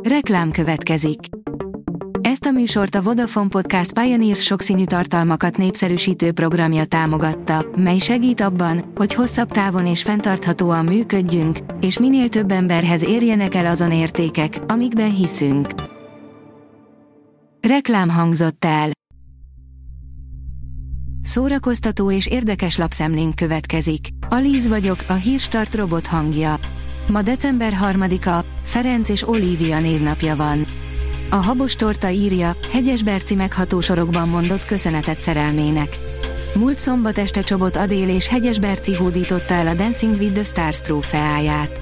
Reklám következik. Ezt a műsort a Vodafone Podcast Pioneers sokszínű tartalmakat népszerűsítő programja támogatta, mely segít abban, hogy hosszabb távon és fenntarthatóan működjünk, és minél több emberhez érjenek el azon értékek, amikben hiszünk. Reklám hangzott el. Szórakoztató és érdekes lapszemlénk következik. Alíz vagyok, a Hírstart robot hangja. Ma december 3-a, Ferenc és Olivia névnapja van. A Habos Torta írja, Hegyes Berci megható sorokban mondott köszönetet szerelmének. Múlt szombat este Csobot Adél és Hegyes Berci hódította el a Dancing with the Stars trófeáját.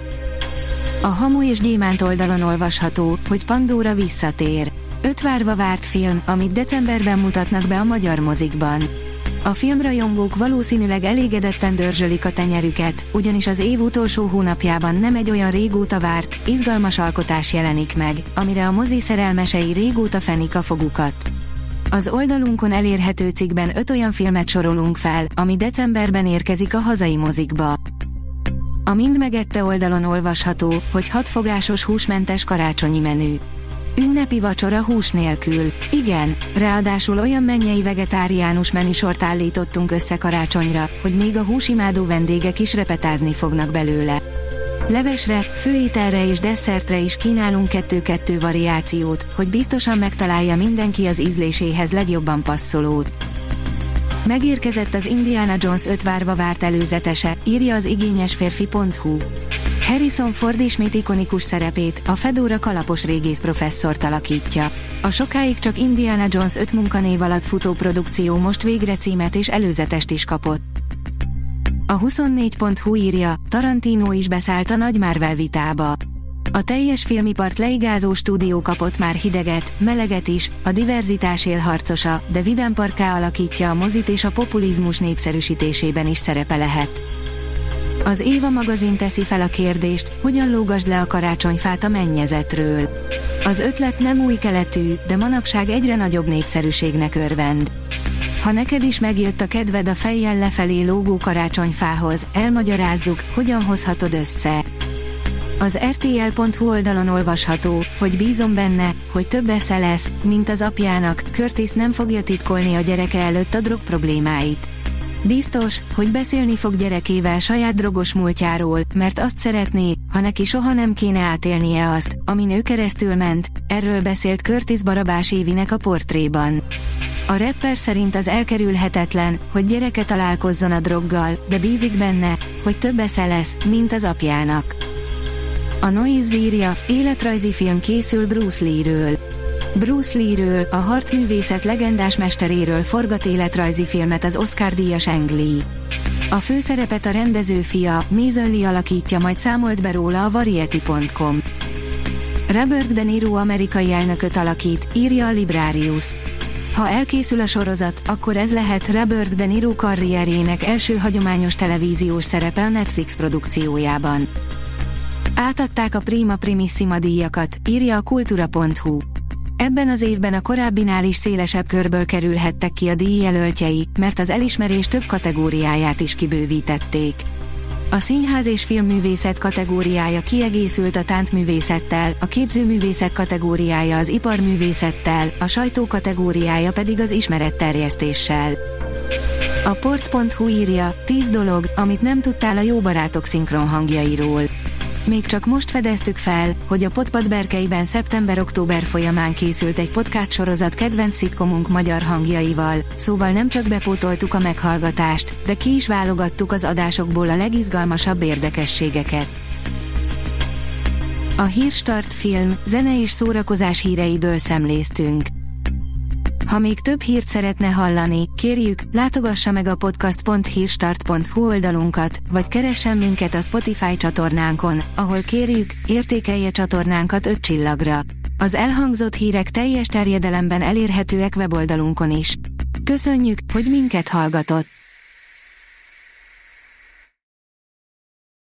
A Hamu és Gyémánt oldalon olvasható, hogy Pandóra visszatér. 5 várva várt film, amit decemberben mutatnak be a magyar mozikban. A filmrajongók valószínűleg elégedetten dörzsölik a tenyerüket, ugyanis az év utolsó hónapjában nem egy olyan régóta várt, izgalmas alkotás jelenik meg, amire a mozi szerelmesei régóta fenik a fogukat. Az oldalunkon elérhető cikkben 5 olyan filmet sorolunk fel, ami decemberben érkezik a hazai mozikba. A Mind megette oldalon olvasható, hogy 6 fogásos húsmentes karácsonyi menü. Ünnepi vacsora hús nélkül. Igen, ráadásul olyan mennyei vegetáriánus menüsort állítottunk össze karácsonyra, hogy még a húsimádó vendégek is repetázni fognak belőle. Levesre, főételre és desszertre is kínálunk 2-2 variációt, hogy biztosan megtalálja mindenki az ízléséhez legjobban passzolót. Megérkezett az Indiana Jones 5 várva várt előzetese, írja az igényesférfi.hu. Harrison Ford ismét ikonikus szerepét, a Fedora kalapos régész professzort alakítja. A sokáig csak Indiana Jones 5 munkanév alatt futó produkció most végre címet és előzetest is kapott. A 24.hu írja, Tarantino is beszállt a nagy Marvel vitába. A teljes filmipart leigázó stúdió kapott már hideget, meleget is, a diverzitás élharcosa, de Vidám Parkká alakítja a mozit és a populizmus népszerűsítésében is szerepe lehet. Az Éva magazin teszi fel a kérdést, hogyan lógasd le a karácsonyfát a mennyezetről. Az ötlet nem új keletű, de manapság egyre nagyobb népszerűségnek örvend. Ha neked is megjött a kedved a fejjel lefelé lógó karácsonyfához, elmagyarázzuk, hogyan hozhatod össze. Az RTL.hu oldalon olvasható, hogy bízom benne, hogy több esze lesz, mint az apjának, Curtis nem fogja titkolni a gyereke előtt a drog problémáit. Biztos, hogy beszélni fog gyerekével saját drogos múltjáról, mert azt szeretné, ha neki soha nem kéne átélnie azt, amin ő keresztül ment, erről beszélt Curtis Barabás Évinek a Portréban. A rapper szerint az elkerülhetetlen, hogy gyereke találkozzon a droggal, de bízik benne, hogy több esze lesz, mint az apjának. A Noise írja, életrajzi film készül Bruce Lee-ről. Bruce Lee-ről, a harcművészet legendás mesteréről forgat életrajzi filmet az Oscar-díjas Ang Lee. A főszerepet a rendező fia, Mason Lee alakítja, majd számolt be róla a Variety.com. Robert De Niro amerikai elnököt alakít, írja a Librarius. Ha elkészül a sorozat, akkor ez lehet Robert De Niro karrierjének első hagyományos televíziós szerepe a Netflix produkciójában. Átadták a Prima Primissima díjakat, írja a Kultura.hu. Ebben az évben a korábbinál is szélesebb körből kerülhettek ki a díjjelöltjei, mert az elismerés több kategóriáját is kibővítették. A színház és filmművészet kategóriája kiegészült a táncművészettel, a képzőművészet kategóriája az iparművészettel, a sajtó kategóriája pedig az ismeretterjesztéssel. A port.hu írja, 10 dolog, amit nem tudtál a Jó barátok szinkron hangjairól. Még csak most fedeztük fel, hogy a Potpad berkeiben szeptember-október folyamán készült egy podcast sorozat kedvenc szitkomunk magyar hangjaival, szóval nem csak bepótoltuk a meghallgatást, de ki is válogattuk az adásokból a legizgalmasabb érdekességeket. A Hírstart film, zene és szórakozás híreiből szemléztünk. Ha még több hírt szeretne hallani, kérjük, látogassa meg a podcast.hírstart.hu oldalunkat, vagy keressen minket a Spotify csatornánkon, ahol kérjük, értékelje csatornánkat 5 csillagra. Az elhangzott hírek teljes terjedelemben elérhetőek weboldalunkon is. Köszönjük, hogy minket hallgatott!